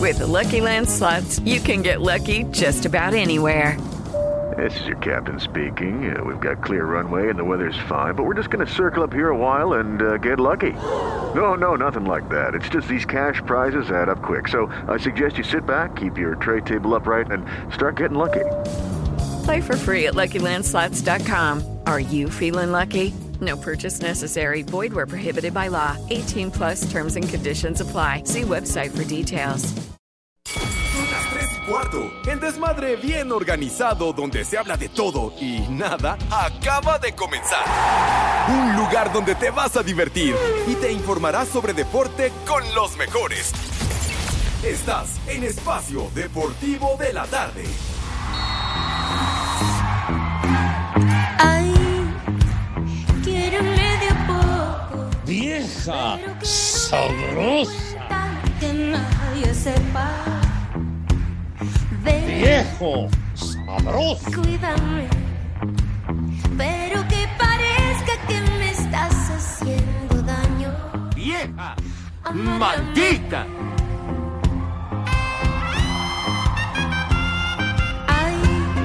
With the Lucky Land Slots, you can get lucky just about anywhere. This is your captain speaking. We've got clear runway and the weather's fine, but we're just going to circle up here a while and get lucky. No, nothing like that. It's just these cash prizes add up quick. So I suggest you sit back, keep your tray table upright, and start getting lucky. Play for free at LuckyLandSlots.com. Are you feeling lucky? No purchase necessary. Void where prohibited by law. 18 plus terms and conditions apply. See website for details. Las 3:15. El desmadre bien organizado donde se habla de todo y nada acaba de comenzar. Un lugar donde te vas a divertir y te informarás sobre deporte con los mejores. Estás en Espacio Deportivo de la Tarde. Ay, quiéreme de a poco. Vieja sabrosa. Que nadie sepa. Viejo sabroso. Cuídame, pero que parezca que me estás haciendo daño. Vieja maldita. Ay,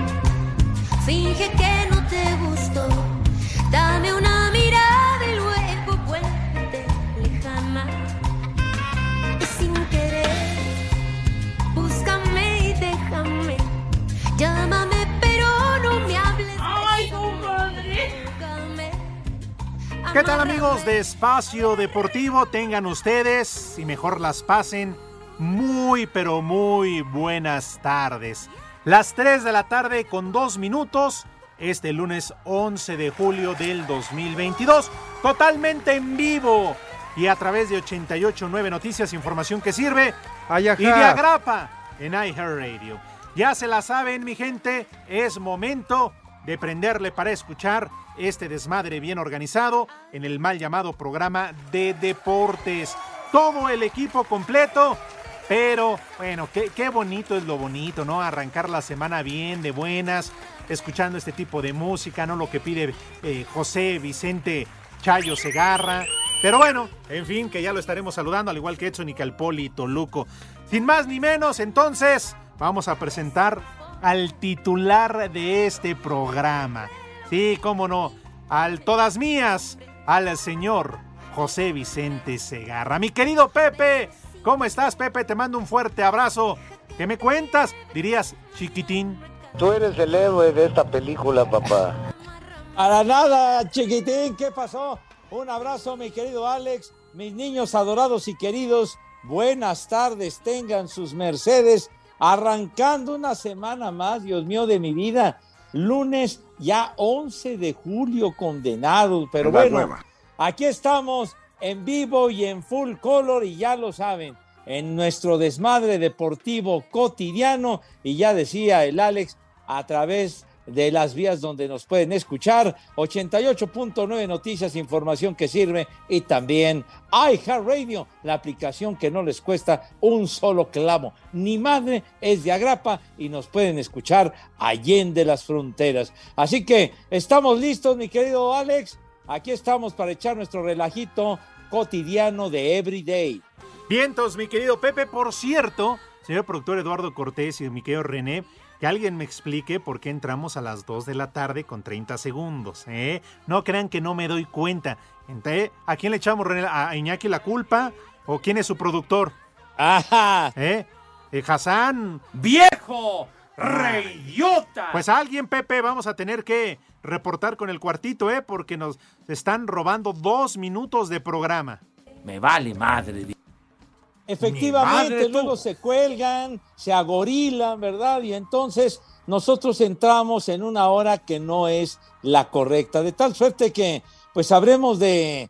finge que no te gustó. Dame una mirada y luego vuélvete lejana. Y sin querer, búscame y déjame. Llámame, pero no me hables. ¡Ay, comadre! ¿Qué tal, amigos de Espacio Deportivo? Tengan ustedes, y mejor las pasen, muy pero muy buenas tardes. Las 3 de la tarde con 2 minutos, este lunes 11 de julio del 2022, totalmente en vivo y a través de 88.9 Noticias, información que sirve, y de agrapa en iHeartRadio. Ya se la saben, mi gente, es momento de prenderle para escuchar este desmadre bien organizado en el mal llamado programa de deportes. Todo el equipo completo, pero bueno, qué bonito es lo bonito, ¿no? Arrancar la semana bien, de buenas, escuchando este tipo de música, ¿no? Lo que pide José Vicente Chayo Segarra. Pero bueno, en fin, que ya lo estaremos saludando, al igual que Edson y Calpoli y Toluco. Sin más ni menos, entonces, vamos a presentar al titular de este programa. Sí, cómo no, al todas mías, al señor José Vicente Segarra. Mi querido Pepe, ¿cómo estás, Pepe? Te mando un fuerte abrazo. ¿Qué me cuentas? Dirías, chiquitín. Tú eres el héroe de esta película, papá. Para nada, chiquitín, ¿qué pasó? Un abrazo, mi querido Alex, mis niños adorados y queridos. Buenas tardes, tengan sus mercedes. Arrancando una semana más, Dios mío de mi vida. Lunes ya 11 de julio, condenados. Pero bueno, aquí estamos en vivo y en full color y ya lo saben, en nuestro desmadre deportivo cotidiano. Y ya decía el Alex, a través de las vías donde nos pueden escuchar, 88.9 Noticias, información que sirve, y también iHeartRadio, la aplicación que no les cuesta un solo clavo, ni madre, es de agrapa y nos pueden escuchar allende las fronteras. Así que estamos listos, mi querido Alex, aquí estamos para echar nuestro relajito cotidiano de Everyday. Vientos, mi querido Pepe. Por cierto, señor productor Eduardo Cortés y mi querido René, que alguien me explique por qué entramos a las 2 de la tarde con 30 segundos, ¿eh? No crean que no me doy cuenta. ¿A quién le echamos, René? ¿A Iñaki la culpa? ¿O quién es su productor? ¡Ajá! Hassan. ¡Viejo reidiota! Pues a alguien, Pepe, vamos a tener que reportar con el cuartito, porque nos están robando 2 minutos de programa. Me vale madre. Efectivamente, luego se cuelgan, se agorilan, ¿verdad? Y entonces nosotros entramos en una hora que no es la correcta, de tal suerte que pues habremos de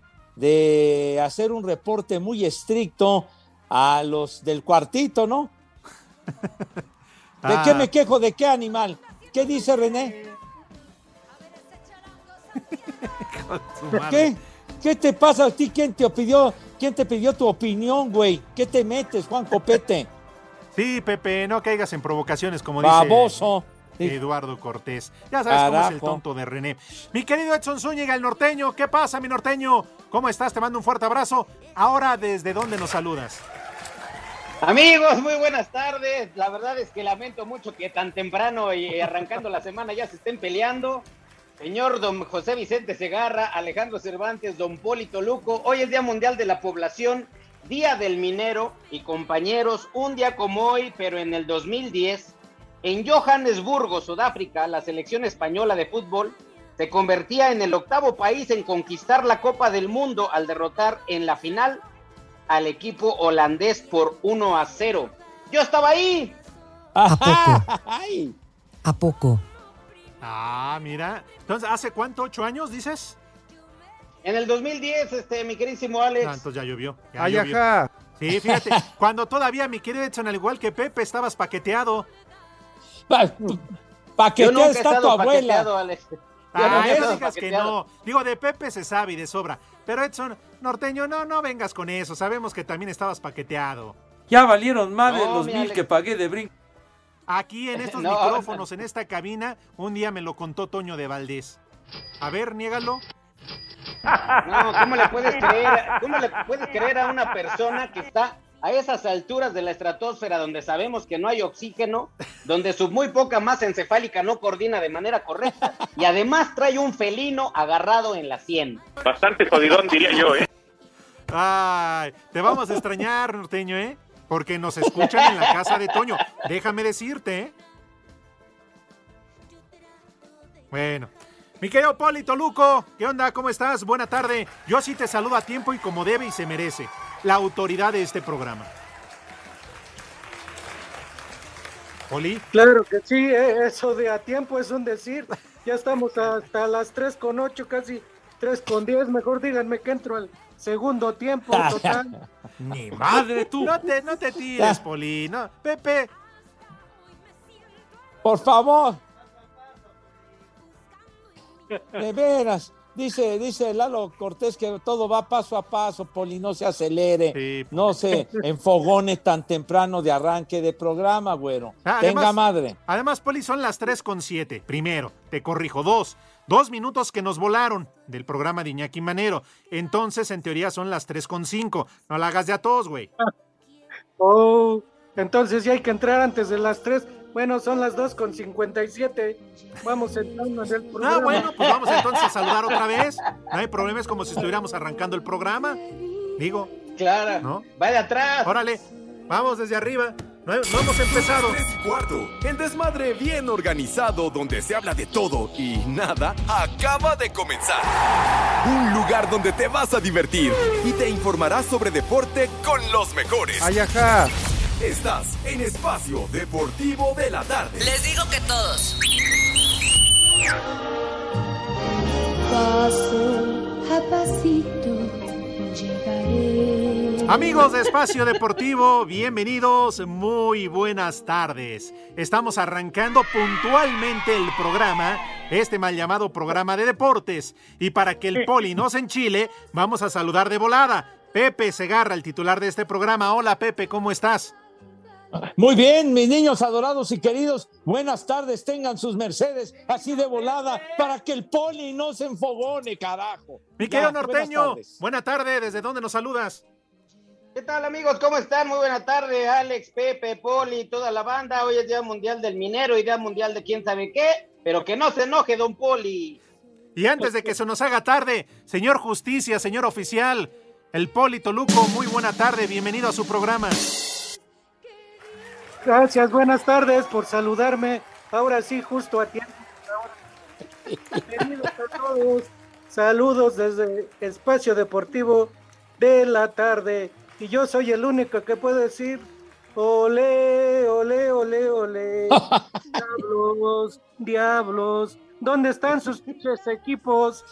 hacer un reporte muy estricto a los del cuartito, ¿no? ¿De qué me quejo? ¿De qué animal? ¿Qué dice René? ¿Qué? ¿Qué te pasa a ti? ¿Quién te pidió tu opinión, güey? ¿Qué te metes, Juan Copete? Sí, Pepe, no caigas en provocaciones, como baboso. Dice Eduardo Cortés. Ya sabes cómo es el tonto de René. Mi querido Edson Zúñiga, el norteño. ¿Qué pasa, mi norteño? ¿Cómo estás? Te mando un fuerte abrazo. Ahora, ¿desde dónde nos saludas? Amigos, muy buenas tardes. La verdad es que lamento mucho que tan temprano y arrancando la semana ya se estén peleando. Señor don José Vicente Segarra, Alejandro Cervantes, don Polito Luco, hoy es Día Mundial de la Población, Día del Minero, y compañeros, un día como hoy, pero en el 2010, en Johannesburgo, Sudáfrica, la selección española de fútbol se convertía en el 8º país en conquistar la Copa del Mundo al derrotar en la final al equipo holandés por 1-0. Yo estaba ahí. ¿A poco? ¿A poco? Ah, mira. Entonces, ¿hace cuánto? ¿8 años, dices? En el 2010, mi queridísimo Alex. Ah, entonces ya llovió. Ya Ay, llovió. ajá. Sí, fíjate, cuando todavía, mi querido Edson, al igual que Pepe, estabas paqueteado. Paqueteada está tu abuela. Alex. Ah, no digas que no. Digo, de Pepe se sabe y de sobra. Pero Edson, norteño, no vengas con eso. Sabemos que también estabas paqueteado. Ya valieron más de No, los mi 1,000 Alex. que pagué de brinco. Aquí en estos No. micrófonos, en esta cabina, un día me lo contó Toño de Valdés. A ver, niégalo. No, ¿cómo le puedes creer? ¿Cómo le puedes creer a una persona que está a esas alturas de la estratosfera, donde sabemos que no hay oxígeno, donde su muy poca masa encefálica no coordina de manera correcta, y además trae un felino agarrado en la sien? Bastante jodidón, diría yo, ¿eh? Ay, te vamos a extrañar, norteño, ¿eh? Porque nos escuchan en la casa de Toño. Déjame decirte, ¿eh? Bueno. Mi querido Polito Luco, ¿qué onda? ¿Cómo estás? Buena tarde. Yo sí te saludo a tiempo y como debe y se merece. La autoridad de este programa. ¿Poli? Claro que sí, eso de a tiempo es un decir. Ya estamos hasta las 3:08, casi 3:10. Mejor díganme que entro al segundo tiempo total. Ni madre tú. No te tires, Poli. No. Pepe. Por favor. De veras. Dice Lalo Cortés que todo va paso a paso, Poli, no se acelere, Sí. no se enfogone tan temprano de arranque de programa, güero. Tenga madre. Además, Poli, son las 3:07. Primero, te corrijo, 2 minutos que nos volaron del programa de Iñaki Manero. Entonces, en teoría, son las 3:05. No la hagas de a todos, güey. Oh, entonces ya hay que entrar antes de las 3. Bueno, son las 2:57. Vamos entrando en el programa. Ah, bueno, pues vamos entonces a saludar otra vez. No hay problema, es como si estuviéramos arrancando el programa. Digo. Claro. ¿No? Va de atrás. Órale, vamos desde arriba. No hemos empezado. 3:15. El desmadre bien organizado donde se habla de todo y nada acaba de comenzar. Un lugar donde te vas a divertir y te informarás sobre deporte con los mejores. Ay, ajá. Estás en Espacio Deportivo de la Tarde. Les digo que todos. Paso a pasito llegaré. Amigos de Espacio Deportivo, bienvenidos, muy buenas tardes. Estamos arrancando puntualmente el programa, este mal llamado programa de deportes. Y para que el Poli no se enchile, vamos a saludar de volada. Pepe Segarra, el titular de este programa. Hola, Pepe, ¿cómo estás? Muy bien, mis niños adorados y queridos, buenas tardes, tengan sus mercedes así de volada para que el Poli no se enfogone, carajo. Mi querido norteño, buena tarde, ¿desde dónde nos saludas? ¿Qué tal, amigos? ¿Cómo están? Muy buena tarde, Alex, Pepe, Poli, toda la banda. Hoy es Día Mundial del Minero y Día Mundial de quién sabe qué, pero que no se enoje, don Poli. Y antes de que se nos haga tarde, señor Justicia, señor oficial, el Polito Luco, muy buena tarde, bienvenido a su programa. Gracias, buenas tardes por saludarme. Ahora sí, justo a tiempo. Bienvenidos a todos. Saludos desde Espacio Deportivo de la Tarde. Y yo soy el único que puedo decir: olé, olé, olé, olé. Diablos, diablos. ¿Dónde están sus pinches equipos?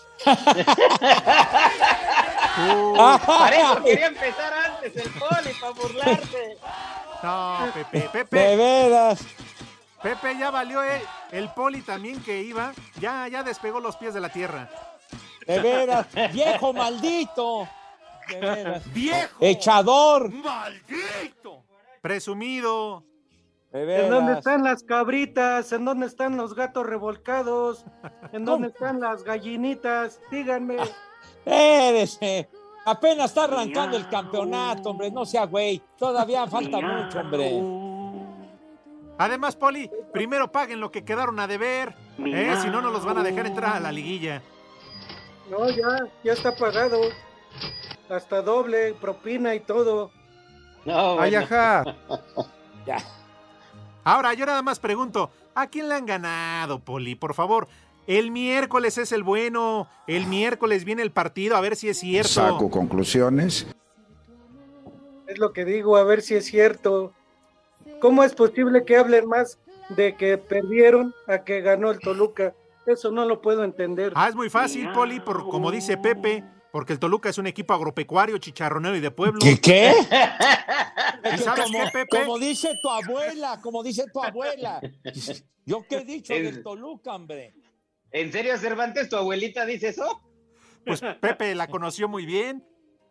Para eso quería empezar antes el Poli, para burlarse. No, Pepe. De veras. Pepe ya valió, el Poli también que iba, ya despegó los pies de la tierra. De veras, viejo maldito. De veras. ¡Viejo! ¡Echador! ¡Maldito! Presumido. De veras. ¿En dónde están las cabritas? ¿En dónde están los gatos revolcados? ¿En dónde están las gallinitas? Díganme. Eres Apenas está arrancando el campeonato, hombre, no sea güey. Todavía falta mucho, hombre. Además, Poli, primero paguen lo que quedaron a deber, si no, no los van a dejar entrar a la liguilla. No, ya está pagado. Hasta doble, propina y todo. No, bueno. Ay, ajá. Ya. Ahora, yo nada más pregunto, ¿a quién le han ganado, Poli? Por favor, el miércoles es el bueno, el miércoles viene el partido, a ver si es cierto. Saco conclusiones. Es lo que digo, a ver si es cierto. ¿Cómo es posible que hablen más de que perdieron a que ganó el Toluca? Eso no lo puedo entender. Es muy fácil, Poli, como dice Pepe, porque el Toluca es un equipo agropecuario, chicharronero y de pueblo. ¿Qué? ¿Y sabes qué, Pepe? Como dice tu abuela. ¿Yo qué he dicho del Toluca, hombre? ¿En serio, Cervantes, tu abuelita dice eso? Pues Pepe la conoció muy bien.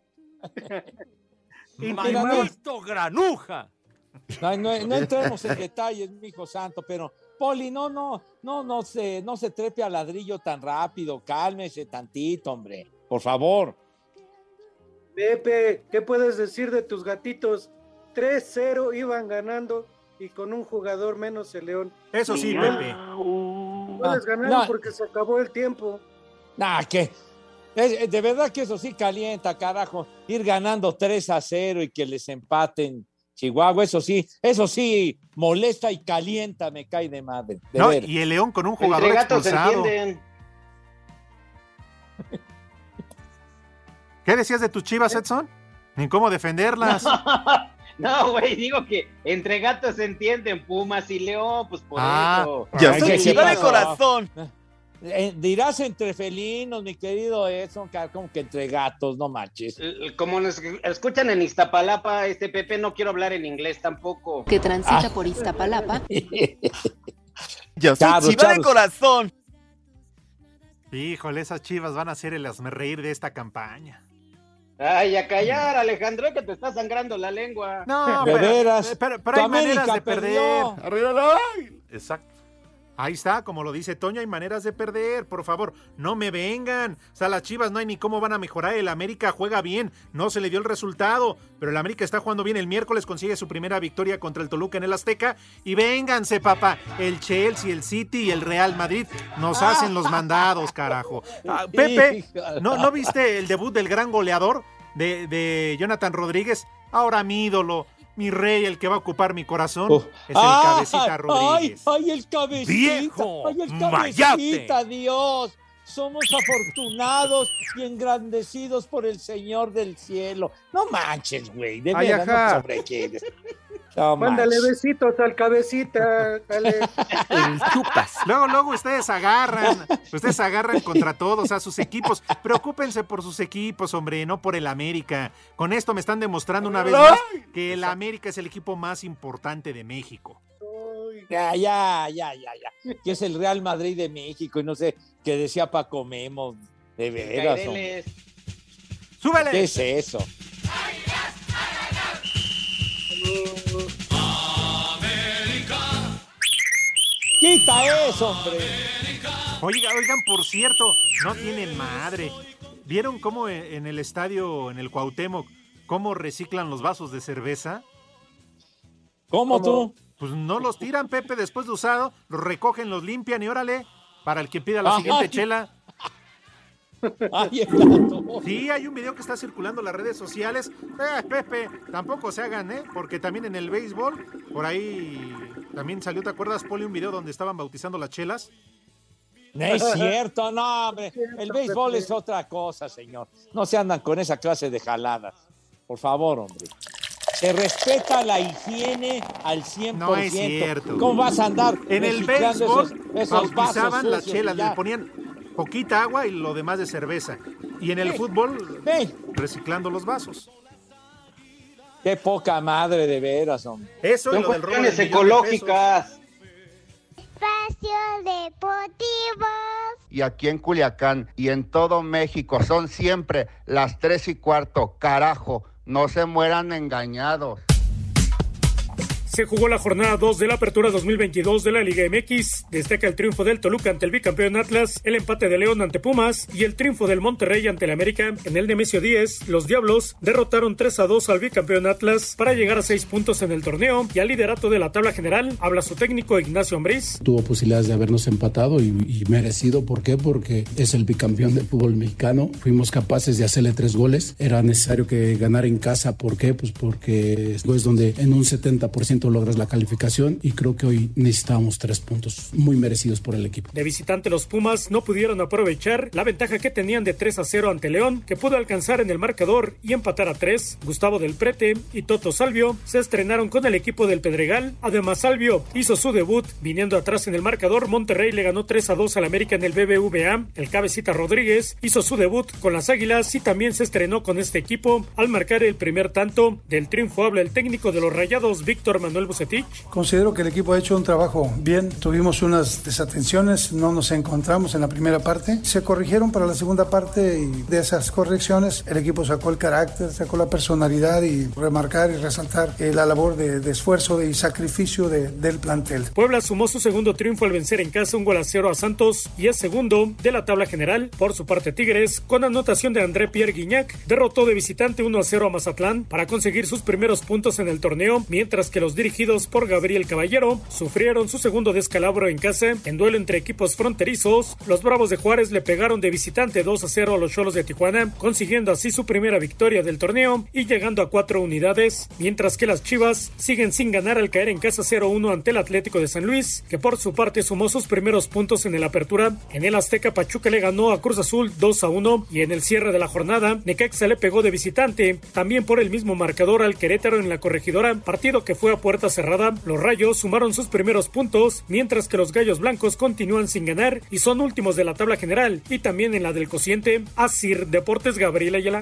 ¡Maldito granuja! No entremos en detalles, mi hijo santo, pero Poli, no se trepe al ladrillo tan rápido, cálmese tantito, hombre, por favor. Pepe, ¿qué puedes decir de tus gatitos? 3-0 iban ganando y con un jugador menos el León. Eso sí, Pepe. No les ganaron porque se acabó el tiempo. Que de verdad que eso sí calienta, carajo, ir ganando 3-0 y que les empaten Chihuahua, eso sí molesta y calienta, me cae de madre. Y el León con un jugador expulsado. ¿Qué decías de tus Chivas, Edson? Ni cómo defenderlas. No, güey, digo que entre gatos se entienden, Pumas y León, pues por eso. Ya estoy chiva de corazón. Dirás entre felinos, mi querido Edson, como que entre gatos, no manches. Como nos escuchan en Iztapalapa, Pepe, no quiero hablar en inglés tampoco. Que transita por Iztapalapa. Yo soy chiva de corazón. Híjole, esas Chivas van a ser el hazmerreír de esta campaña. Ay, a callar, Alejandro, que te está sangrando la lengua. No, de veras. Pero hay maneras de perder. Arriba. Exacto. Ahí está, como lo dice Toño, hay maneras de perder, por favor, no me vengan. O sea, las Chivas no hay ni cómo van a mejorar. El América juega bien, no se le dio el resultado, pero el América está jugando bien. El miércoles consigue su primera victoria contra el Toluca en el Azteca. Y vénganse, papá, el Chelsea, el City y el Real Madrid nos hacen los mandados, carajo. Pepe, ¿no viste el debut del gran goleador de Jonathan Rodríguez? Ahora mi ídolo, mi rey, el que va a ocupar mi corazón, es el Cabecita Rodríguez. ¡Ay, el Cabecita! ¡Viejo! ¡Ay, el Cabecita, Dios! Somos afortunados y engrandecidos por el Señor del cielo. No manches, güey, de verdad, no sobrequieres. Mándale besitos al Cabecita, dale. Chupas. Luego ustedes agarran contra todos a sus equipos. Preocúpense por sus equipos, hombre, no por el América. Con esto me están demostrando una vez más que el América es el equipo más importante de México. Ya. Que es el Real Madrid de México y no sé qué decía Paco Memo. De veras. ¡Súbele! ¿Qué es eso? ¡Quita eso, hombre! Oigan, por cierto, no tienen madre. ¿Vieron cómo en el estadio, en el Cuauhtémoc, cómo reciclan los vasos de cerveza? ¿Cómo tú? Pues no los tiran, Pepe, después de usado, los recogen, los limpian y órale, para el que pida la siguiente chela. Sí, hay un video que está circulando en las redes sociales. Pepe, tampoco se hagan, porque también en el béisbol, por ahí también salió, ¿te acuerdas, Poli, un video donde estaban bautizando las chelas? No es cierto, no, hombre. El béisbol es otra cosa, señor. No se andan con esa clase de jaladas. Por favor, hombre. Se respeta la higiene al 100%. No es cierto. ¿Cómo vas a andar en el béisbol? Esos bautizaban las chelas, le ponían poquita agua y lo demás de cerveza. Y en el fútbol, reciclando los vasos. Qué poca madre, de veras, hombre. Eso y lo del robo de ecológicas. Espacio Deportivo. Y aquí en Culiacán y en todo México son siempre las 3:15, carajo. No se mueran engañados. Se jugó la jornada 2 de la apertura 2022 de la Liga MX. Destaca el triunfo del Toluca ante el bicampeón Atlas, el empate de León ante Pumas y el triunfo del Monterrey ante el América. En el Nemesio 10, los Diablos derrotaron 3-2 al bicampeón Atlas para llegar a 6 puntos en el torneo y al liderato de la tabla general. Habla su técnico Ignacio Ambriz. Tuvo posibilidades de habernos empatado y merecido. ¿Por qué? Porque es el bicampeón del fútbol mexicano. Fuimos capaces de hacerle 3 goles. Era necesario que ganara en casa. ¿Por qué? Pues porque es donde en un 70% logras la calificación y creo que hoy necesitamos 3 puntos muy merecidos por el equipo. De visitante, los Pumas no pudieron aprovechar la ventaja que tenían de 3-0 ante León, que pudo alcanzar en el marcador y empatar a 3. Gustavo del Prete y Toto Salvio se estrenaron con el equipo del Pedregal. Además, Salvio hizo su debut viniendo atrás en el marcador. Monterrey le ganó 3-2 al América en el BBVA. El Cabecita Rodríguez hizo su debut con las Águilas y también se estrenó con este equipo al marcar el primer tanto. Del triunfo habla el técnico de los Rayados, Víctor Manuel Bucetich. Considero que el equipo ha hecho un trabajo bien. Tuvimos unas desatenciones, no nos encontramos en la primera parte. Se corrigieron para la segunda parte y de esas correcciones el equipo sacó el carácter, sacó la personalidad y remarcar y resaltar la labor de esfuerzo y sacrificio del plantel. Puebla sumó su segundo triunfo al vencer en casa 1-0 a Santos y es segundo de la tabla general. Por su parte, Tigres, con anotación de André Pierre Guignac, derrotó de visitante 1-0 a Mazatlán para conseguir sus primeros puntos en el torneo, mientras que los dirigidos por Gabriel Caballero sufrieron su segundo descalabro en casa. En duelo entre equipos fronterizos, los Bravos de Juárez le pegaron de visitante 2-0 a los Xolos de Tijuana, consiguiendo así su primera victoria del torneo y llegando a 4 unidades, mientras que las Chivas siguen sin ganar al caer en casa 0-1 ante el Atlético de San Luis, que por su parte sumó sus primeros puntos en el apertura. En el Azteca, Pachuca le ganó a Cruz Azul 2-1 y en el cierre de la jornada, Necaxa le pegó de visitante también por el mismo marcador al Querétaro en la Corregidora, partido que fue a puerta cerrada. Los Rayos sumaron sus primeros puntos, mientras que los Gallos Blancos continúan sin ganar y son últimos de la tabla general y también en la del cociente. Asir Deportes, Gabriel Ayala.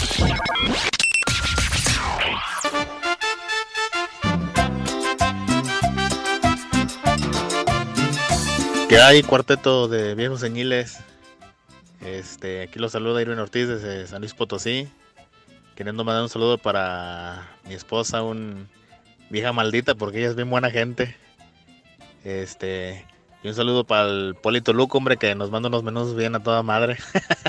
¿Qué hay, cuarteto de viejos señiles? Aquí los saluda Irwin Ortiz desde San Luis Potosí, queriendo mandar un saludo para mi esposa, un vieja maldita, porque ella es bien buena gente. Y un saludo para el Polito Luco, hombre, que nos manda unos menús bien a toda madre.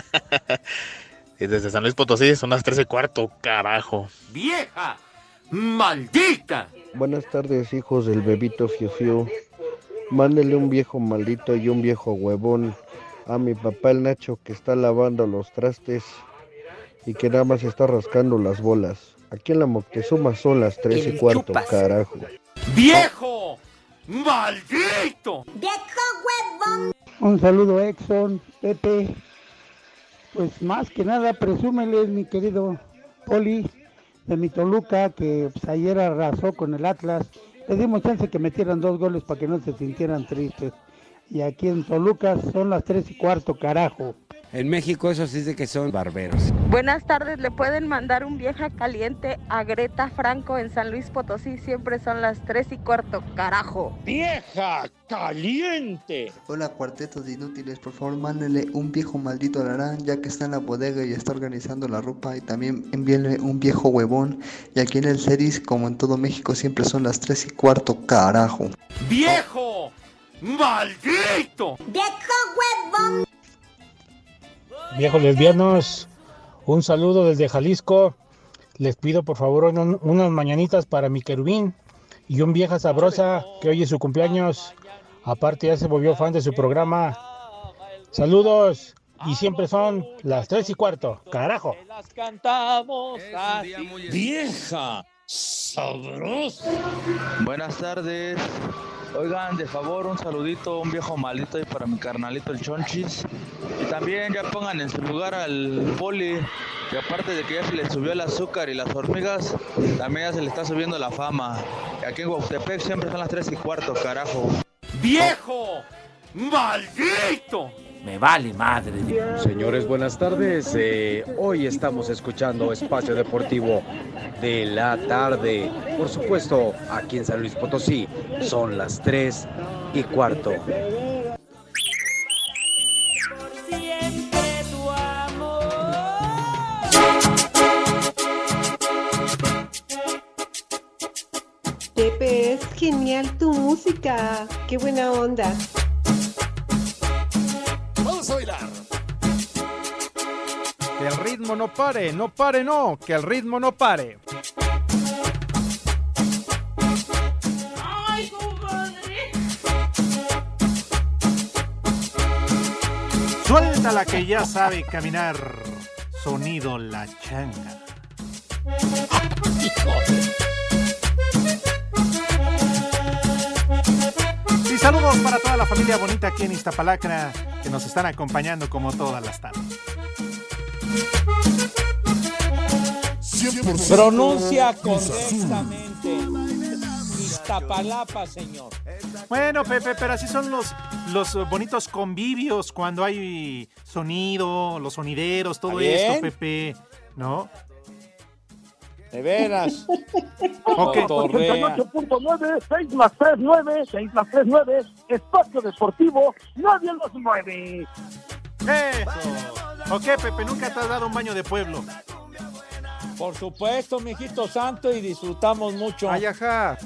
Y desde San Luis Potosí son las 13:15, carajo. ¡Vieja maldita! Buenas tardes, hijos del bebito Fiu Fiu. Mándele un viejo maldito y un viejo huevón a mi papá el Nacho, que está lavando los trastes y que nada más está rascando las bolas. Aquí en la Moctezuma son las 13:15, carajo. ¡Viejo maldito! ¡Viejo huevón! Un saludo, Exxon, Pepe. Pues más que nada, presúmeles, mi querido Poli, de mi Toluca, que pues, ayer arrasó con el Atlas. Le dimos chance que metieran 2 goles para que no se sintieran tristes. Y aquí en Toluca son las 3:15, carajo. En México eso sí de que son barberos. Buenas tardes, le pueden mandar un vieja caliente a Greta Franco en San Luis Potosí, siempre son las 3:15, carajo. ¡Vieja caliente! Hola, cuartetos de inútiles, por favor mándenle un viejo maldito a Larán, ya que está en la bodega y está organizando la ropa, y también envíenle un viejo huevón, y aquí en el Ceris, como en todo México, siempre son las 3:15, carajo. ¡Viejo maldito! ¡Viejo huevón! Viejos lesbianos, un saludo desde Jalisco. Les pido por favor unas mañanitas para mi querubín y un vieja sabrosa que hoy es su cumpleaños. Aparte ya se volvió fan de su programa. Saludos y siempre son las 3:15, carajo. Las cantamos así. Vieja sabrosa. Buenas tardes. Oigan, de favor, un saludito, un viejo maldito ahí para mi carnalito el Chonchis. Y también ya pongan en su lugar al Poli, que aparte de que ya se le subió el azúcar y las hormigas, también ya se le está subiendo la fama. Y aquí en Huautepec siempre son las 3:15, carajo. ¡Viejo maldito! Me vale madre. Señores, buenas tardes. Hoy estamos escuchando Espacio Deportivo de la tarde. Por supuesto, aquí en San Luis Potosí son las 3:15. TPS genial tu música. Qué buena onda. Vamos a bailar. Que el ritmo no pare, no, que el ritmo no pare. ¡Ay, compadre! Suéltala que ya sabe caminar. Sonido La Changa. Y saludos para toda la familia bonita aquí en Iztapalacra que nos están acompañando como todas las tardes. Pronuncia correctamente. Iztapalapa, señor. Bueno, Pepe, pero así son los bonitos convivios cuando hay sonido, los sonideros, todo esto, Pepe, ¿no? De veras. Ok. 88.9, 6 más 3, 9, 6 más 3, 9, Espacio Deportivo, nadie los mueve. Eso. Ok, Pepe, ¿nunca te has dado un baño de pueblo? Por supuesto, mijito santo, y disfrutamos mucho. Ay, ajá.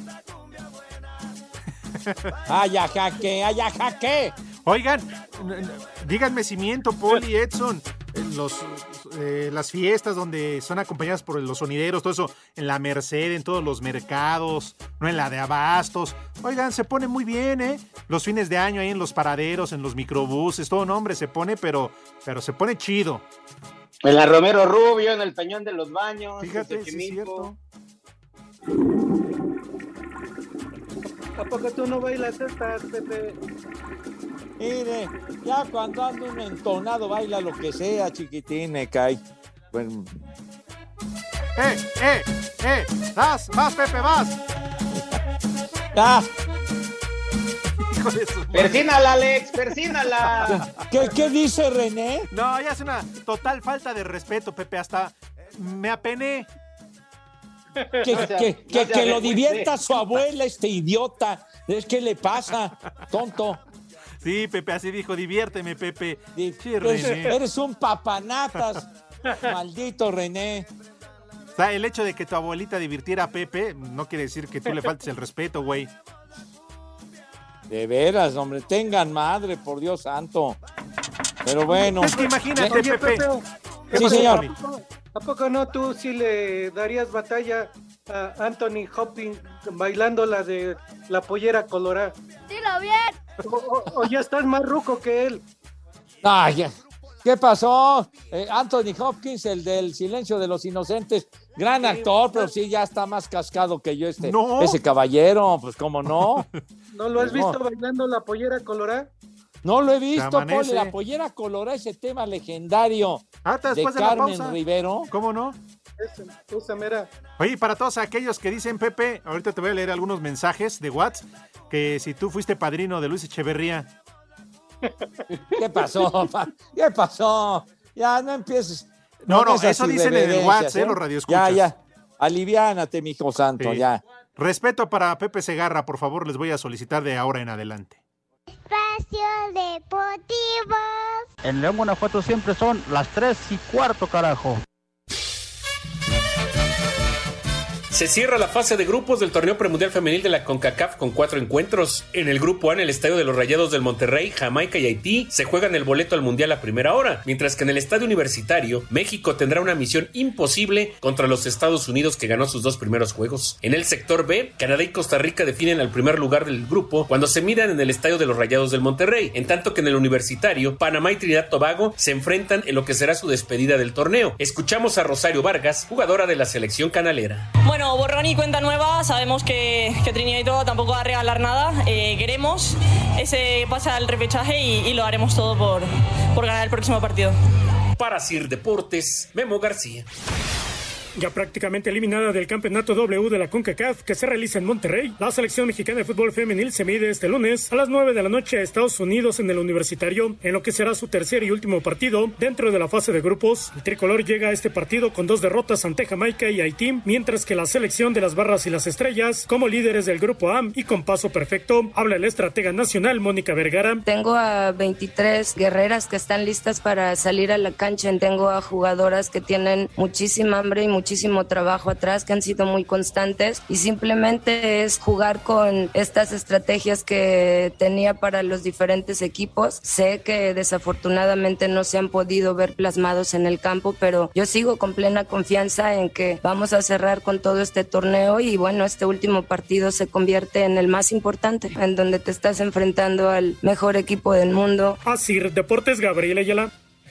Ay, ajá, ¿qué? Ay, ajá, ¿qué? Oigan, díganme si miento, Paul y Edson, las fiestas donde son acompañadas por los sonideros, todo eso, en la Merced, en todos los mercados, no en la de Abastos. Oigan, se pone muy bien, ¿eh? Los fines de año ahí en los paraderos, en los microbuses, todo, no, hombre, se pone, pero se pone chido. En la Romero Rubio, en el Peñón de los Baños. Fíjate, sí es cierto. ¿A poco tú no bailas estas, Pepe? Mire, ya cuando ando un entonado, baila lo que sea, chiquitín, me cae. Bueno. Vas, Pepe, vas. ¡Ah! Hijo de su... Persínala, Alex, persínala. ¿Qué dice René? No, ya es una total falta de respeto, Pepe, hasta me apené. Que lo divierta su abuela, este idiota. ¿Qué le pasa, tonto? Sí, Pepe, así dijo, diviérteme, Pepe. Eres un papanatas, maldito René. O sea, el hecho de que tu abuelita divirtiera a Pepe no quiere decir que tú le faltes el respeto, güey. De veras, hombre, tengan madre, por Dios santo. Pero bueno. Es que imagínate, Pepe. Sí, señor. ¿A poco no tú sí le darías batalla a Anthony Hopkins bailando la de la pollera colorada? ¡Dilo bien! O ya estás más ruco que él. Ay, ¿qué pasó? Anthony Hopkins, el del Silencio de los Inocentes, gran actor, pero sí ya está más cascado que yo ese caballero, pues cómo no. ¿No lo has visto bailando la pollera colorada? No lo he visto, Paul, la pollera colorada, ese tema legendario de Carmen Rivero. ¿Cómo no? Esa mera. Oye, para todos aquellos que dicen, Pepe, ahorita te voy a leer algunos mensajes de WhatsApp, que si tú fuiste padrino de Luis Echeverría. ¿Qué pasó? ¿Qué pasó? Ya, no empieces. No, eso dicen en el WhatsApp, los radioescuchas. Ya, aliviánate, mijo santo, ya. Respeto para Pepe Segarra, por favor, les voy a solicitar de ahora en adelante. Espacio Deportivo. En León, Guanajuato siempre son las 3:15, carajo. Se cierra la fase de grupos del torneo premundial femenil de la CONCACAF con 4 encuentros. En el grupo A, en el estadio de los Rayados del Monterrey, Jamaica y Haití se juegan el boleto al mundial a primera hora, mientras que en el estadio universitario, México tendrá una misión imposible contra los Estados Unidos, que ganó sus 2 primeros juegos. En el sector B, Canadá y Costa Rica definen al primer lugar del grupo cuando se miran en el estadio de los Rayados del Monterrey, en tanto que en el universitario, Panamá y Trinidad Tobago se enfrentan en lo que será su despedida del torneo. Escuchamos a Rosario Vargas, jugadora de la selección canalera. Bueno, borrón y cuenta nueva, sabemos que Trinidad y Tobago tampoco va a regalar nada, queremos ese pase al repechaje y lo haremos todo por ganar el próximo partido. Para CIR Deportes, Memo García. Ya prácticamente eliminada del campeonato W de la CONCACAF que se realiza en Monterrey, la selección mexicana de fútbol femenil se mide este lunes a las 9 de la noche a Estados Unidos en el Universitario, en lo que será su tercer y último partido dentro de la fase de grupos. El tricolor llega a este partido con 2 derrotas ante Jamaica y Haití, mientras que la selección de las Barras y las Estrellas, como líderes del grupo A y con paso perfecto, habla el estratega nacional Mónica Vergara. Tengo a 23 guerreras que están listas para salir a la cancha, tengo a jugadoras que tienen muchísima hambre y muchísimo trabajo atrás, que han sido muy constantes, y simplemente es jugar con estas estrategias que tenía para los diferentes equipos. Sé que desafortunadamente no se han podido ver plasmados en el campo, pero yo sigo con plena confianza en que vamos a cerrar con todo este torneo, y bueno, este último partido se convierte en el más importante, en donde te estás enfrentando al mejor equipo del mundo. Así, Deportes, Gabriel Ayala.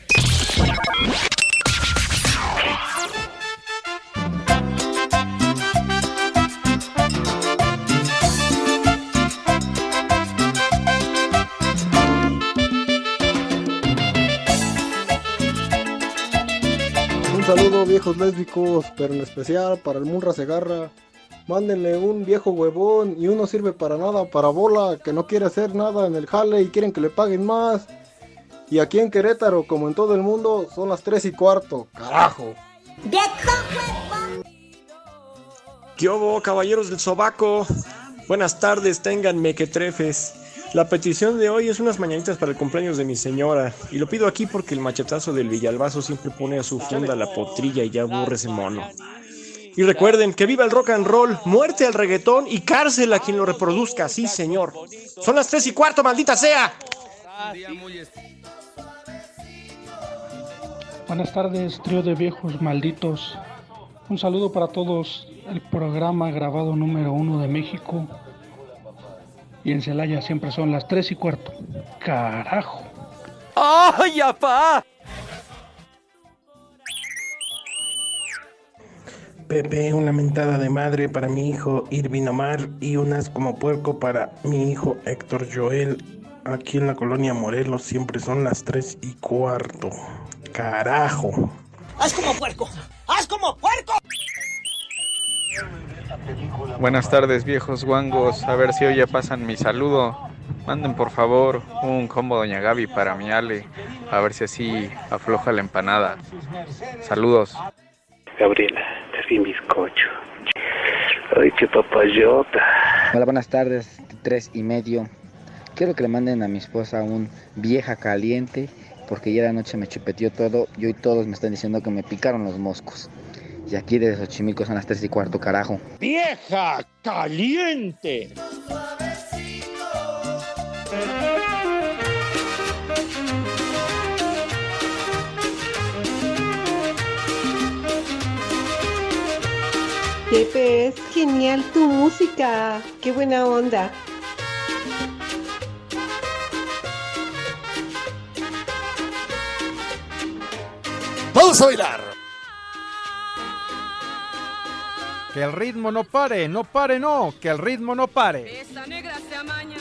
Un saludo, viejos lésbicos, pero en especial para el Munra Segarra. Mándenle un viejo huevón y uno sirve para nada, para bola, que no quiere hacer nada en el jale y quieren que le paguen más. Y aquí en Querétaro, como en todo el mundo, son las 3:15, carajo. ¿Qué hubo, caballeros del sobaco? Buenas tardes, tengan mequetrefes. La petición de hoy es unas mañanitas para el cumpleaños de mi señora. Y lo pido aquí porque el machetazo del Villalbazo siempre pone a su funda la potrilla y ya aburre ese mono. Y recuerden, que viva el rock and roll, muerte al reggaetón y cárcel a quien lo reproduzca, sí señor. Son las 3:15, maldita sea. Buenas tardes, trío de viejos malditos. Un saludo para todos. El programa grabado número 1 de México. Y en Celaya siempre son las 3:15. ¡Carajo! ¡Ay, apá! Pepe, una mentada de madre para mi hijo Irvin Omar y unas como puerco para mi hijo Héctor Joel. Aquí en la colonia Morelos siempre son las 3:15. ¡Carajo! ¡Haz como puerco! ¡Haz como puerco! Buenas tardes, viejos guangos. A ver si hoy ya pasan mi saludo. Manden por favor un combo Doña Gaby para mi Ale. A ver si así afloja la empanada. Saludos. Gabriela, te vi bizcocho. Ay, qué papayota. Hola, buenas tardes, 3:30. Quiero que le manden a mi esposa un vieja caliente, porque ya la noche me chupeteó todo y hoy todos me están diciendo que me picaron los moscos. Y aquí desde Xochimilco son las 3:15, carajo. ¡Vieja caliente! Pepe, es genial tu música. Qué buena onda. ¡Vamos a bailar! Que el ritmo no pare, no pare, no, que el ritmo no pare. Esa negra se amaña.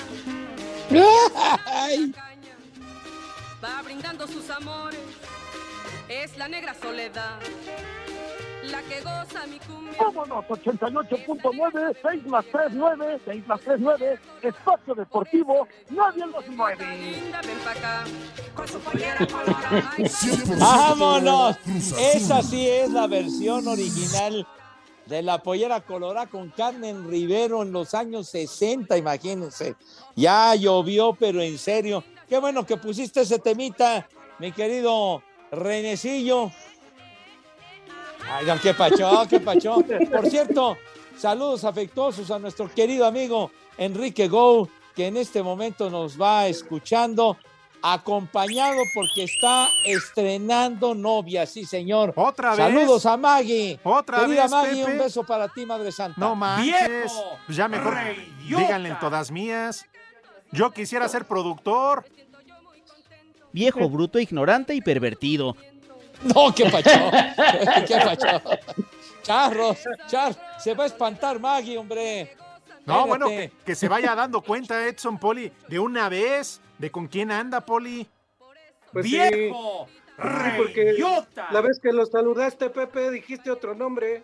¡Ay! Va brindando sus amores. Es la negra soledad. La que goza mi cumbia. Vámonos, 88.9, 6 más 3, 9, 6 más 3, 9, Espacio Deportivo, nadie los mueve. Linda, ven pa' acá. Con su pollera ¡Vámonos! Esa sí es la versión original de la pollera colorada con Carmen Rivero en los años 60, imagínense. Ya llovió, pero en serio. Qué bueno que pusiste ese temita, mi querido Renecillo. Ay, no, qué pacho, qué pacho. Por cierto, saludos afectuosos a nuestro querido amigo Enrique Go, que en este momento nos va escuchando, acompañado porque está estrenando novia, sí señor. Otra vez. Saludos a Maggie. Otra querida vez, Maggie, Pepe. un beso para ti, Madre Santa. No manches. Pues ya mejor Reyota. díganle en todas mías. Yo quisiera ser productor. Viejo, bruto, ignorante y pervertido. No, qué pacho. Qué pacho. Charros, se va a espantar Maggie, hombre. No, Espérate. bueno, que se vaya dando cuenta Edson, Poli, de una vez, de con quién anda, Poli. Pues ¡Viejo! Sí, porque ¡Reyota! la vez que lo saludaste, Pepe, dijiste otro nombre.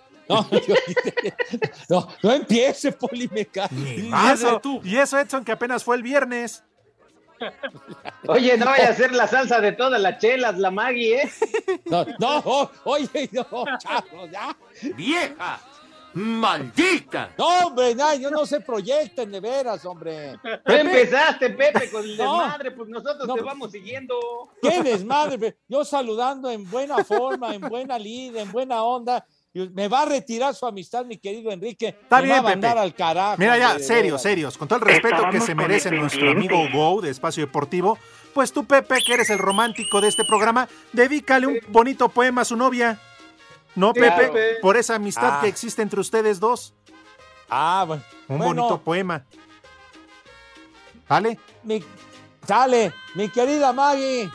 No empiece, Poli, me cae. Y eso, Edson, que apenas fue el viernes. Oye, no vaya a ser la salsa de todas las chelas, la Maggie, ¿eh? Oye, charros, ya. ¡Vieja! ¡Maldita! No, hombre, yo no se proyecten, de veras, hombre. Tú empezaste, Pepe, con el No. desmadre, pues nosotros te vamos siguiendo. ¡Qué desmadre! Yo saludando en buena forma, en buena lid, en buena onda, Me va a retirar su amistad, mi querido Enrique. Está me bien, va a mandar Pepe. al carajo. Mira ya, de serios, veras. con todo el respeto que Estábamos se con merece el nuestro amigo pendiente. Go de Espacio Deportivo, pues tú, Pepe, que eres el romántico de este programa, dedícale un bonito poema a su novia. ¿No, Claro. Pepe? Por esa amistad Ah. que existe entre ustedes dos. Bueno. Un Bueno. bonito poema. ¿Vale? Sale, mi querida Maggie.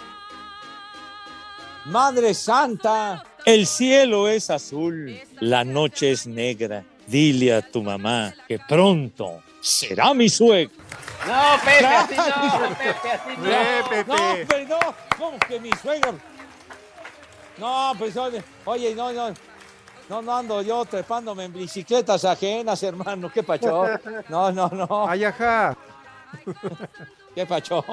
Madre Santa, el cielo es azul, la noche es negra. Dile a tu mamá que pronto será mi suegra. No, Pepe, así no, Pepe, así no. No, pero no, ¿cómo que mi suegra? No, pues oye, no ando yo trepándome en bicicletas ajenas, hermano, ¿qué pacho? No. Ay, ajá. ¿Qué pacho?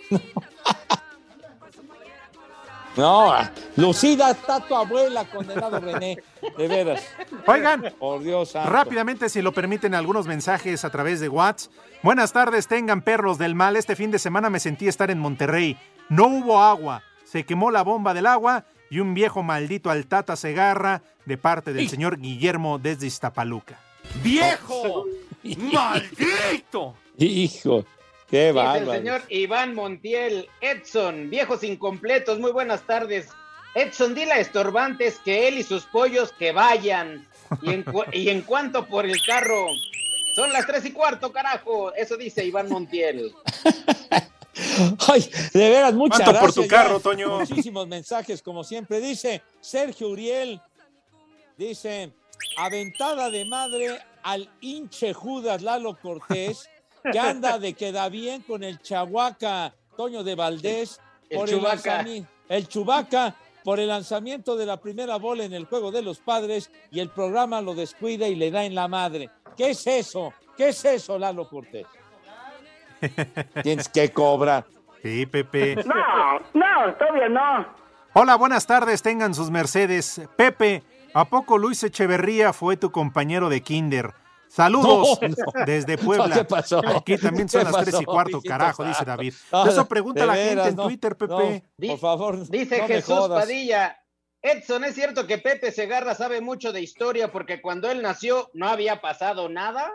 No, lucida está tu abuela, condenado René, de veras. Oigan, por Dios santo. Rápidamente, si lo permiten, algunos mensajes a través de WhatsApp. Buenas tardes, tengan perros del mal. Este fin de semana me sentí estar en Monterrey. No hubo agua, se quemó la bomba del agua y un viejo maldito al Tata Segarra de parte del señor Guillermo desde Iztapaluca. ¡Viejo! ¡Maldito! Hijo, qué Dice bárbaro. el señor Iván Montiel. Edson, viejos incompletos, muy buenas tardes. Edson, dile a Estorbantes que él y sus pollos que vayan. Y en cuanto por el carro, son las 3:15, carajo. Eso dice Iván Montiel. Ay, de veras, muchas ¿Cuánto gracias. por tu carro, ya. Toño? Muchísimos mensajes, como siempre. Dice Sergio Uriel, dice, aventada de madre al hinche Judas Lalo Cortés, que anda de queda bien con el Chahuaca Toño de Valdés. El Chubaca, por el lanzamiento de la primera bola en el Juego de los Padres, y el programa lo descuida y le da en la madre. ¿Qué es eso? ¿Qué es eso, Lalo Cortés? Tienes que cobrar. Sí, Pepe. No, todavía no. Hola, buenas tardes, tengan sus mercedes. Pepe, ¿a poco Luis Echeverría fue tu compañero de kinder? Saludos No. desde Puebla. ¿Qué pasó? Aquí también son ¿Qué las pasó, 3:15, mijito carajo, dice santo? David. No, Eso pregunta de la veras, gente en no, Twitter, Pepe. Por favor, Dice no me Jesús jodas. Padilla. Edson, ¿es cierto que Pepe Segarra sabe mucho de historia porque cuando él nació no había pasado nada?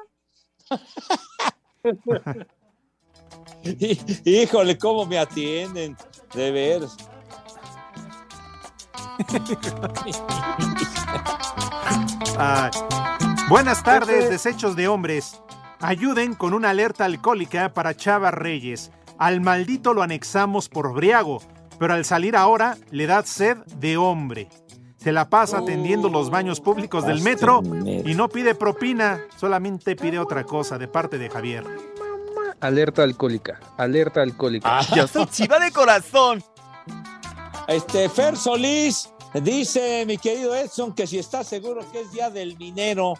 Híjole, cómo me atienden, de veras. Ay. Buenas tardes, desechos de hombres. Ayuden con una alerta alcohólica para Chava Reyes. Al maldito lo anexamos por briago, pero al salir ahora le da sed de hombre. Se la pasa atendiendo los baños públicos del metro y no pide propina, solamente pide otra cosa de parte de Javier. Alerta alcohólica, alerta alcohólica. Yo soy chiva de corazón. Fer Solís dice, mi querido Edson, que si está seguro que es día del minero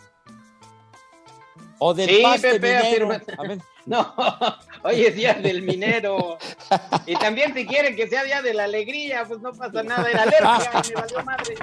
o del Sí, paste Pepe, minero. afirma- A ver. No, hoy es día del minero. Y también si quieren que sea día de la alegría, pues no pasa nada. Era alergia y me valió madre.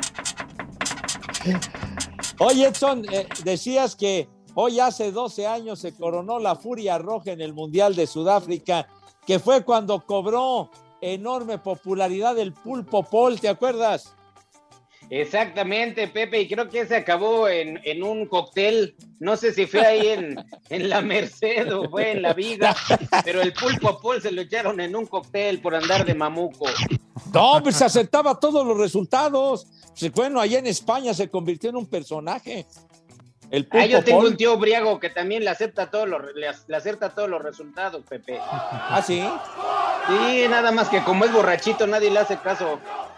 Oye, Edson, decías que hoy hace 12 años se coronó la Furia Roja en el Mundial de Sudáfrica, que fue cuando cobró enorme popularidad el Pulpo Paul, ¿te acuerdas? Exactamente, Pepe, y creo que se acabó en un cóctel. No sé si fue ahí en la Merced o fue en la Viga, pero el Pulpo Paul se lo echaron en un cóctel por andar de mamuco. No, hombre, se aceptaba todos los resultados. Bueno, allá en España se convirtió en un personaje. El Pulpo Yo tengo Paul. un tío briago que también le acepta todos los resultados, Pepe. ¿Ah, sí? Sí, nada más que como es borrachito, nadie le hace caso.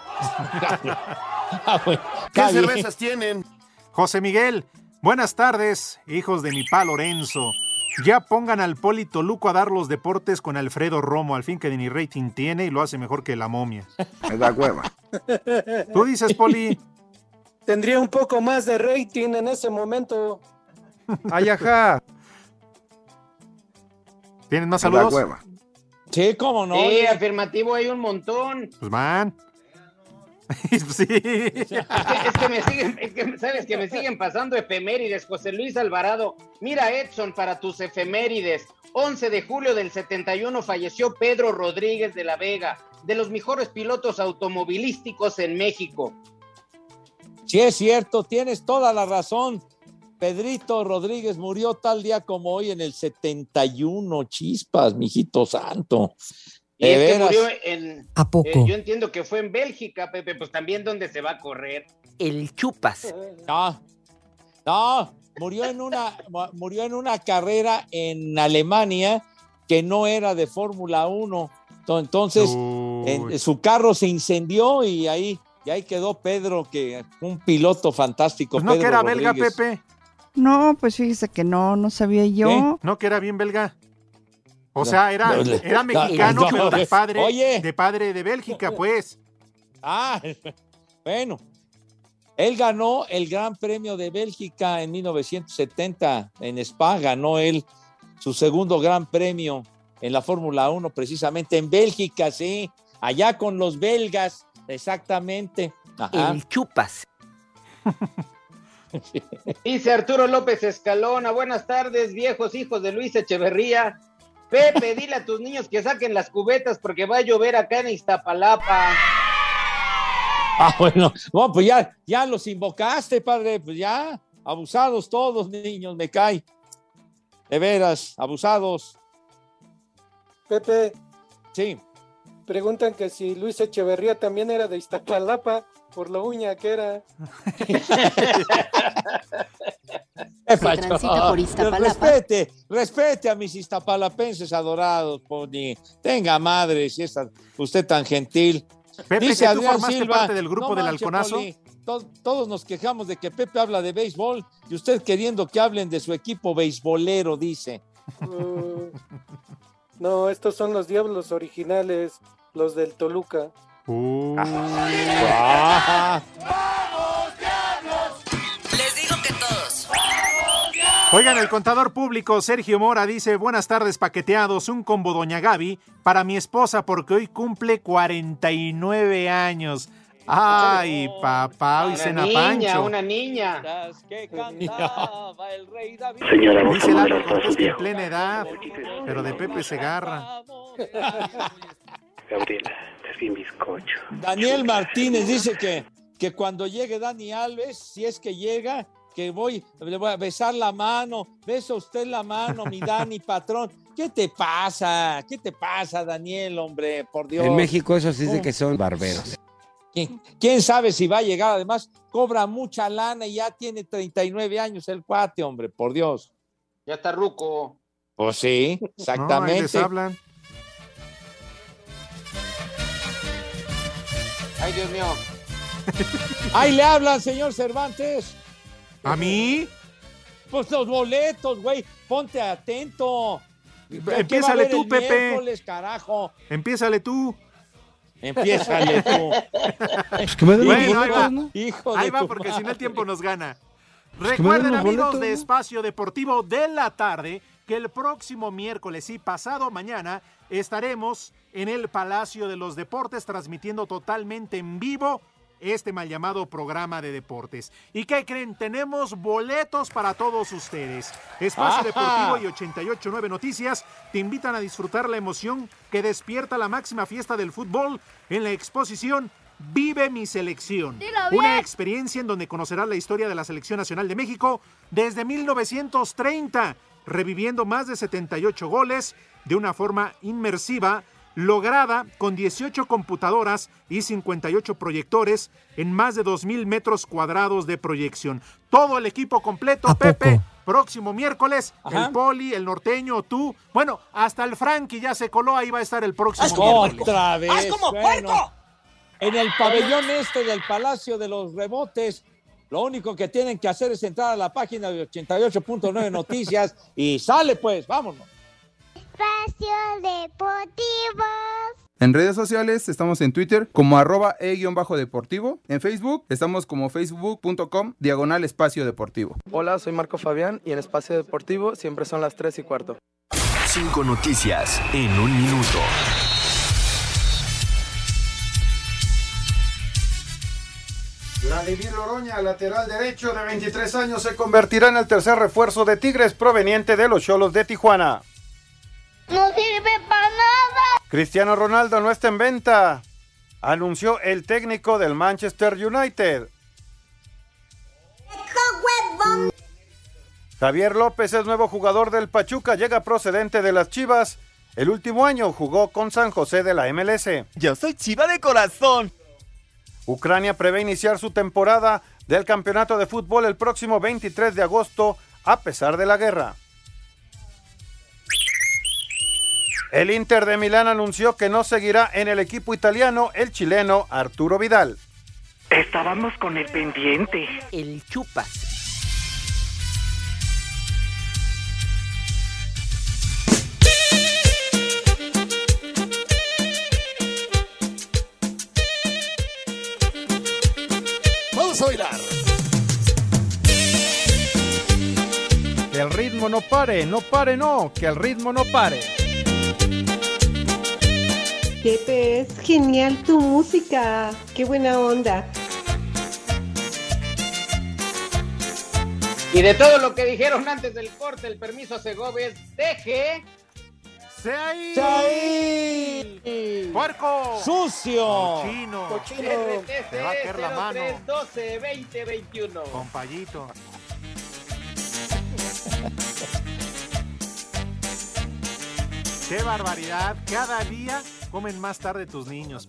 ¿Qué cervezas tienen? José Miguel, buenas tardes, hijos de mi pa Lorenzo. Ya pongan al Poli Toluco a dar los deportes con Alfredo Romo, al fin que ni rating tiene y lo hace mejor que la momia. Me da hueva. ¿Tú dices, Poli? Tendría un poco más de rating en ese momento. Ay, ajá. ¿Tienen más Me da saludos? hueva. Sí, cómo no. Sí, afirmativo, hay un montón. Pues man. Sí. Es que me siguen, sabes que me siguen pasando efemérides, José Luis Alvarado. Mira, Edson, para tus efemérides. 11 de julio del 71 falleció Pedro Rodríguez de la Vega, de los mejores pilotos automovilísticos en México. Sí, es cierto, tienes toda la razón. Pedrito Rodríguez murió tal día como hoy en el 71, chispas, mijito santo. Y es que veras. murió en... ¿A poco? Yo entiendo que fue en Bélgica, Pepe, pues también donde se va a correr. El chupas. No, murió en una carrera en Alemania que no era de Fórmula 1. Entonces, su carro se incendió y ahí quedó Pedro, que un piloto fantástico. Pues no, Pedro que era Rodríguez. belga, Pepe. No, pues fíjese que no sabía yo. ¿Qué? No, que era bien belga. O sea, era mexicano, pero de padre de Bélgica, pues. Bueno. Él ganó el Gran Premio de Bélgica en 1970, en Spa, ganó él su segundo Gran Premio en la Fórmula 1, precisamente en Bélgica, sí, allá con los belgas, exactamente. Ajá. El chupas. Dice Arturo López Escalona, buenas tardes, viejos hijos de Luis Echeverría. Pepe, dile a tus niños que saquen las cubetas porque va a llover acá en Iztapalapa. Bueno, pues ya los invocaste, padre, pues ya, abusados todos, niños, me cae. De veras, abusados. Pepe. Sí. Preguntan que si Luis Echeverría también era de Iztapalapa, por lo uña que era. Transita por Iztapalapa. Respete a mis iztapalapenses adorados, Pony. Tenga madre, si es usted tan gentil. Pepe, dice que tú Adrián formaste Silva, parte del grupo del Halconazo. Poli, todos nos quejamos de que Pepe habla de béisbol y usted queriendo que hablen de su equipo beisbolero, dice. No, estos son los Diablos originales, los del Toluca. Les digo que todos. Oigan, el contador público Sergio Mora dice: buenas tardes, paqueteados, un combo Doña Gaby para mi esposa porque hoy cumple 49 años. Ay, papá, hoy cena Pancho. Una niña. Señora, vos dice no Lalo me Cortés sus que en viejos. plena edad, pero de Pepe Segarra. Gabriela, es bien bizcocho. Daniel Martínez dice que cuando llegue Dani Alves, si es que llega, le voy a besar la mano. Besa usted la mano, mi Dani, patrón. ¿Qué te pasa? ¿Qué te pasa, Daniel, hombre? Por Dios. En México eso sí es de que son barberos. ¿Quién sabe si va a llegar? Además, cobra mucha lana y ya tiene 39 años el cuate, hombre, por Dios. Ya está ruco. Pues sí, exactamente. No, ahí les hablan. Ay, Dios mío. Ahí le hablan, señor Cervantes. ¿A mí? Pues los boletos, güey. Ponte atento. Empiézale tú, Pepe. Carajo. Empiézale tú. Empiézale tú. Pues que me den Bueno, los ahí va, boletos, ¿no? Hijo de ahí va tu porque madre. si no el tiempo nos gana. Pues que me Recuerden, den los amigos boletos, de ¿no? Espacio Deportivo de la Tarde, que el próximo miércoles y pasado mañana estaremos en el Palacio de los Deportes transmitiendo totalmente en vivo este mal llamado programa de deportes. ¿Y qué creen? Tenemos boletos para todos ustedes. Espacio Deportivo y 88.9 Noticias te invitan a disfrutar la emoción que despierta la máxima fiesta del fútbol en la exposición Vive mi selección. Una experiencia en donde conocerás la historia de la Selección Nacional de México desde 1930, reviviendo más de 78 goles de una forma inmersiva, lograda con 18 computadoras y 58 proyectores en más de 2,000 metros cuadrados de proyección. Todo el equipo completo, Pepe. Próximo miércoles, Ajá. el Poli, el Norteño, tú. Bueno, hasta el Frankie ya se coló, ahí va a estar el próximo miércoles. Otra vez. ¡Haz como puerco! En el pabellón del Palacio de los Rebotes, lo único que tienen que hacer es entrar a la página de 88.9 Noticias y sale pues, vámonos. Espacio Deportivo. En redes sociales estamos en Twitter como @e_deportivo. En Facebook estamos como facebook.com/espacio deportivo. Hola, soy Marco Fabián y en Espacio Deportivo siempre son las 3:15. 5 noticias en un minuto. Vladimir Oroña, lateral derecho de 23 años, se convertirá en el tercer refuerzo de Tigres proveniente de los Xolos de Tijuana. No sirve para nada. Cristiano Ronaldo no está en venta, anunció el técnico del Manchester United. Javier López es nuevo jugador del Pachuca, llega procedente de las Chivas. El último año jugó con San José de la MLS. Yo soy Chiva de corazón. Ucrania prevé iniciar su temporada del campeonato de fútbol el próximo 23 de agosto, a pesar de la guerra. El Inter de Milán anunció que no seguirá en el equipo italiano el chileno Arturo Vidal. Estábamos con el pendiente. El chupas. Vamos a bailar. Que el ritmo no pare, no pare, no, que el ritmo no pare. Pepe, es genial tu música. Qué buena onda. Y de todo lo que dijeron antes del corte, el permiso a Segovia deje. ¡Se ahí! ¡Se ahí! ¡Puerco! ¡Sucio! ¡Cochino! RTC Te va a caer la mano. 0312 2021. Compayito. ¡Qué barbaridad! Cada día comen más tarde tus niños.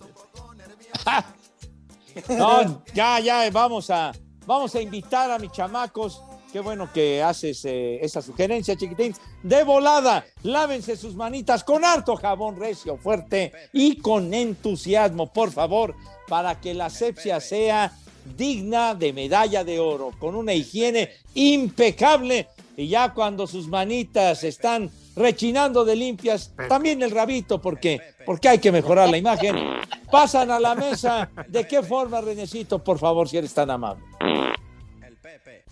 No, ya, vamos a invitar a mis chamacos. Qué bueno que haces esa sugerencia, chiquitín. De volada, lávense sus manitas con harto jabón recio, fuerte y con entusiasmo, por favor, para que la asepsia sea digna de medalla de oro, con una higiene impecable. Y ya cuando sus manitas están rechinando de limpias, también el rabito, porque hay que mejorar la imagen. Pasan a la mesa. ¿De qué forma, Renecito, por favor, si eres tan amable? El Pepe.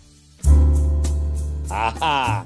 Ajá.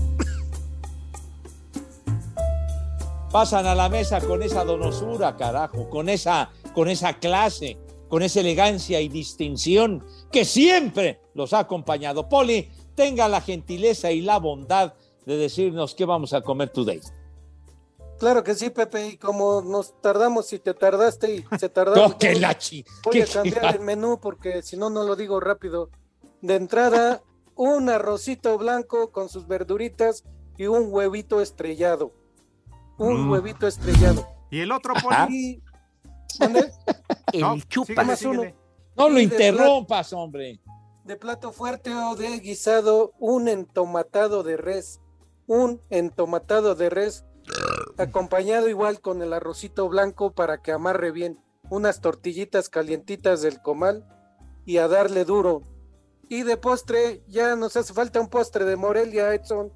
Pasan a la mesa con esa donosura, carajo, con esa clase, con esa elegancia y distinción que siempre los ha acompañado. Poli, tenga la gentileza y la bondad de decirnos qué vamos a comer today. Claro que sí, Pepe, y como nos tardamos y te tardaste y se tardaron. No, que la chi. Voy a cambiar el menú porque si no, no lo digo rápido. De entrada, un arrocito blanco con sus verduritas y un huevito estrellado. Huevito estrellado. ¿Y el otro, Poli? ¿Dónde? El chupas. Síguele. No lo interrumpas, hombre. De plato fuerte o de guisado, un entomatado de res. Un entomatado de res, acompañado igual con el arrocito blanco para que amarre bien. Unas tortillitas calientitas del comal y a darle duro. Y de postre, ya nos hace falta un postre de Morelia, Edson.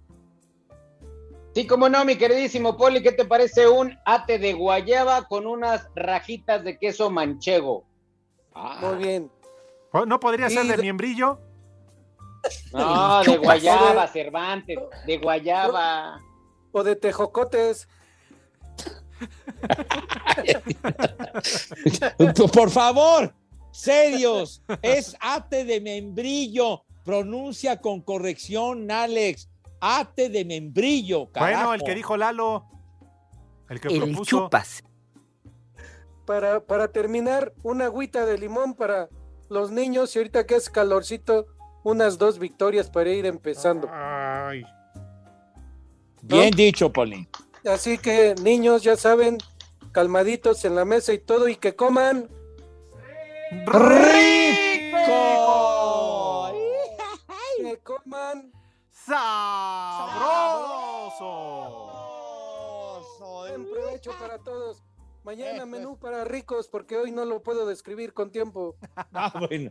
Sí, cómo no, mi queridísimo Poli, ¿qué te parece un ate de guayaba con unas rajitas de queso manchego? Muy bien. ¿No podría ser de miembrillo? No, de guayaba, Cervantes, de guayaba. O de tejocotes. Por favor, serios, es ate de membrillo. Pronuncia con corrección, Alex. Ate de membrillo, carajo. Bueno, el que dijo Lalo. El que El propuso. chupas. Para terminar, una agüita de limón para los niños y ahorita que es calorcito, unas 2 victorias para ir empezando. Ay. Bien dicho, Poli. Así que, niños, ya saben, calmaditos en la mesa y todo, y que coman ¡rico! Que coman sabroso. Buen provecho para todos. Mañana menú para ricos, porque hoy no lo puedo describir con tiempo. Bueno.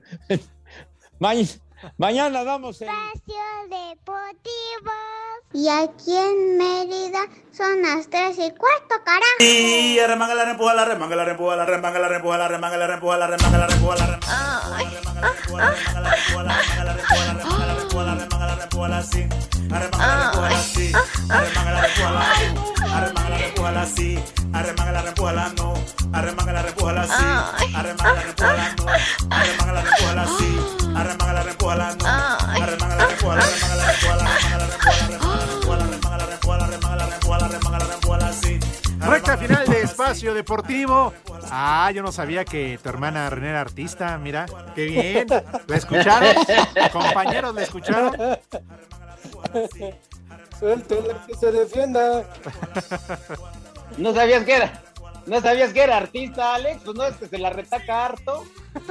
Mañana damos el Espacio Deportivo. Y aquí en Mérida son las 3:15, carajo. Y remanga la rempuja, la remanga la rempuja, la remanga la rempuja, la remanga la rempuja, la remanga la rempuja, la remanga la rempuja, la remanga la rempuja, la remanga la rempuja, la remanga la rempuja, la remanga la rempuja, así. Arremanga la rempuja, así. Arremanga la rempuja, arremanga la rempuja, así. Arremanga la rempuja, no. Arremanga la rempuja, así. Arremanga la rempuja, no. Arremanga la rempuja, así. Arremanga la rempuja, no. Arremanga la rempuja, arremanga la rempuja, arremanga la rempuja, arremanga la rempuja, arremanga la rempuja, así. Recta final de Espacio Deportivo. Yo no sabía que tu hermana René era artista. Mira, qué bien. ¿La escucharon? Compañeros, ¿la escucharon? Suéltela, que se defienda. ¿No sabías que era artista, Alex? Pues no, es que se la retaca harto.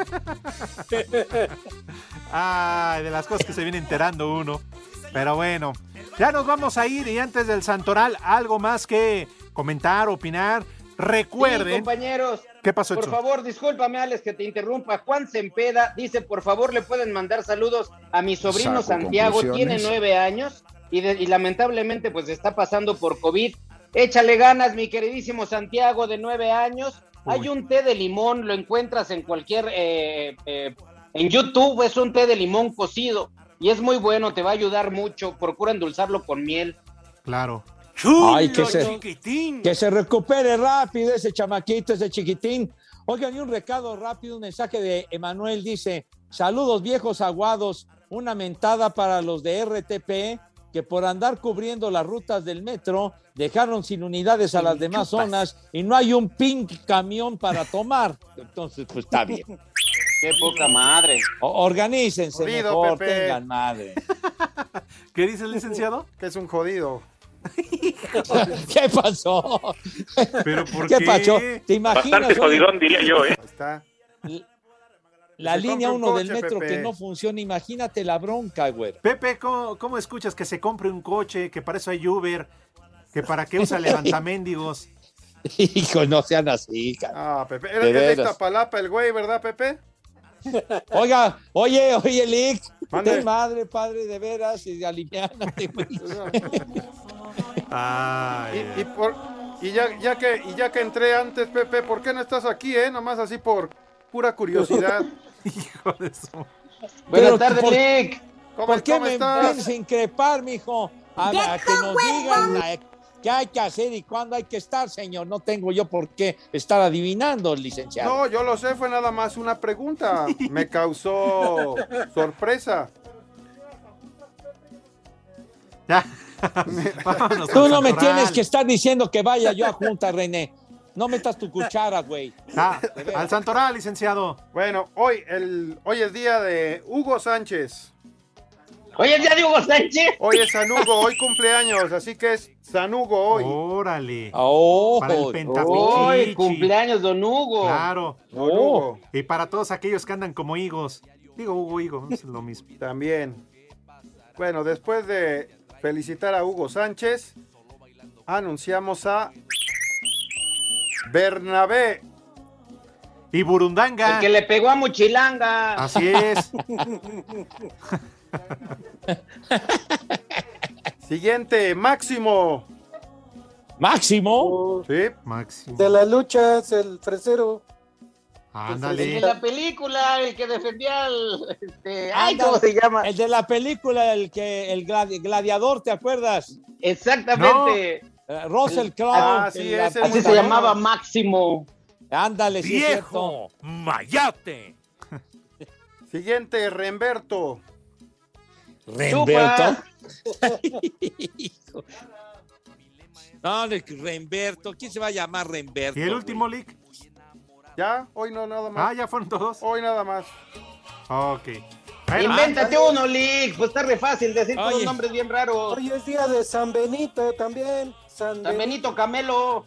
Ay, de las cosas que se viene enterando uno. Pero bueno, ya nos vamos a ir y antes del Santoral, algo más que comentar, opinar. Recuerden. Sí, compañeros. ¿Qué pasó, Por Chu? favor, discúlpame, Alex, que te interrumpa. Juan Sempeda dice, por favor, le pueden mandar saludos a mi sobrino Saco Santiago, conclusiones. tiene 9 años y lamentablemente pues está pasando por COVID. Échale ganas, mi queridísimo Santiago, de 9 años. Hay un té de limón, lo encuentras en cualquier, en YouTube, es un té de limón cocido y es muy bueno, te va a ayudar mucho. Procura endulzarlo con miel. Claro. Ay, que se recupere rápido ese chamaquito, ese chiquitín. Oigan, y un recado rápido, un mensaje de Emanuel, dice, saludos viejos aguados, una mentada para los de RTP, que por andar cubriendo las rutas del metro, dejaron sin unidades a las demás zonas y no hay un pink camión para tomar. Entonces, pues está bien. Qué poca madre. Organícense Jodido, mejor, Pepe. tengan madre. ¿Qué dice el licenciado? Que es un jodido. ¿Qué pasó? ¿Pero por ¿Qué qué? pasó? ¿Te imaginas? Bastante jodidón, diría yo, ¿eh? Ahí está. La Se línea compra un 1 del coche, metro Pepe. que no funciona, imagínate la bronca, güey. Pepe, ¿cómo escuchas que se compre un coche, que para eso hay Uber, que para qué usa levantamendigos? Hijo, no sean así, cara. Ah, Pepe. De Era de veras. Iztapalapa el güey, ¿verdad, Pepe? Oiga, oye, Lick, Mande. ten madre, padre, de veras, y aliviánate, güey. Y ya que entré antes, Pepe, ¿por qué no estás aquí, Nomás así por pura curiosidad. Hijo de su... Buenas tardes, Lick. ¿Por qué ¿Cómo me estás? vienes a increpar, mijo? A que nos digan qué hay que hacer y cuándo hay que estar, señor. No tengo yo por qué estar adivinando, licenciado. No, yo lo sé, fue nada más una pregunta. Me causó sorpresa. Ya. Vámonos Tú al no me Santoral. tienes que estar diciendo que vaya yo a junta, René. No metas tu cuchara, güey. Al Santoral, licenciado. Bueno, hoy es día de Hugo Sánchez. ¿Hoy es día de Hugo Sánchez? Hoy es San Hugo, hoy cumpleaños, así que es San Hugo hoy. Órale. Oh, para el Hoy, Pentapichichi. cumpleaños, don Hugo. Claro. Don Hugo. Y para todos aquellos que andan como higos. Digo Hugo, higo, es lo mismo. También. Bueno, después de felicitar a Hugo Sánchez, anunciamos a Bernabé. Y Burundanga. El que le pegó a Mochilanga. Así es. Siguiente, Máximo. ¿Máximo? Sí. Máximo. De las luchas, el fresero. Ándale. En la película, el que defendía al... ay, ¿cómo se llama? El de la película, el gladiador, ¿te acuerdas? Exactamente. Russell Crowe. Ah, sí, ese Así se llamaba Máximo. Ándale, sí, es cierto. mayate. Siguiente, Remberto. ¿Remberto? No, Remberto. ¿Quién se va a llamar Remberto? ¿Y el último leak? ¿Ya? Hoy no, nada más. Ah, ¿ya fueron todos? Hoy nada más. Ok. Invéntate uno, Lick. Pues está re fácil decir todos Oye. nombres bien raros. Hoy es día de San Benito también. San Benito Camelo.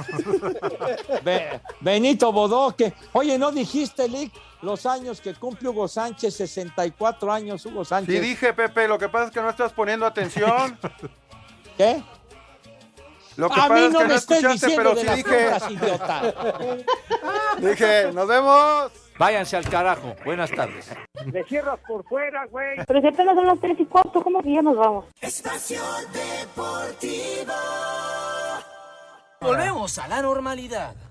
Benito Bodoque. Oye, ¿no dijiste, Lick, los años que cumple Hugo Sánchez? 64 años, Hugo Sánchez. Sí dije, Pepe, lo que pasa es que no estás poniendo atención. ¿Qué? Lo que A pasa mí es no que me no estés escuchaste, diciendo pero de sí las dije. compras, idiota. Dije, nos vemos. Váyanse al carajo. Buenas tardes. Le cierras por fuera, güey. Pero si apenas son las 3:15, ¿cómo que ya nos vamos? Espacio Deportivo. Volvemos a la normalidad.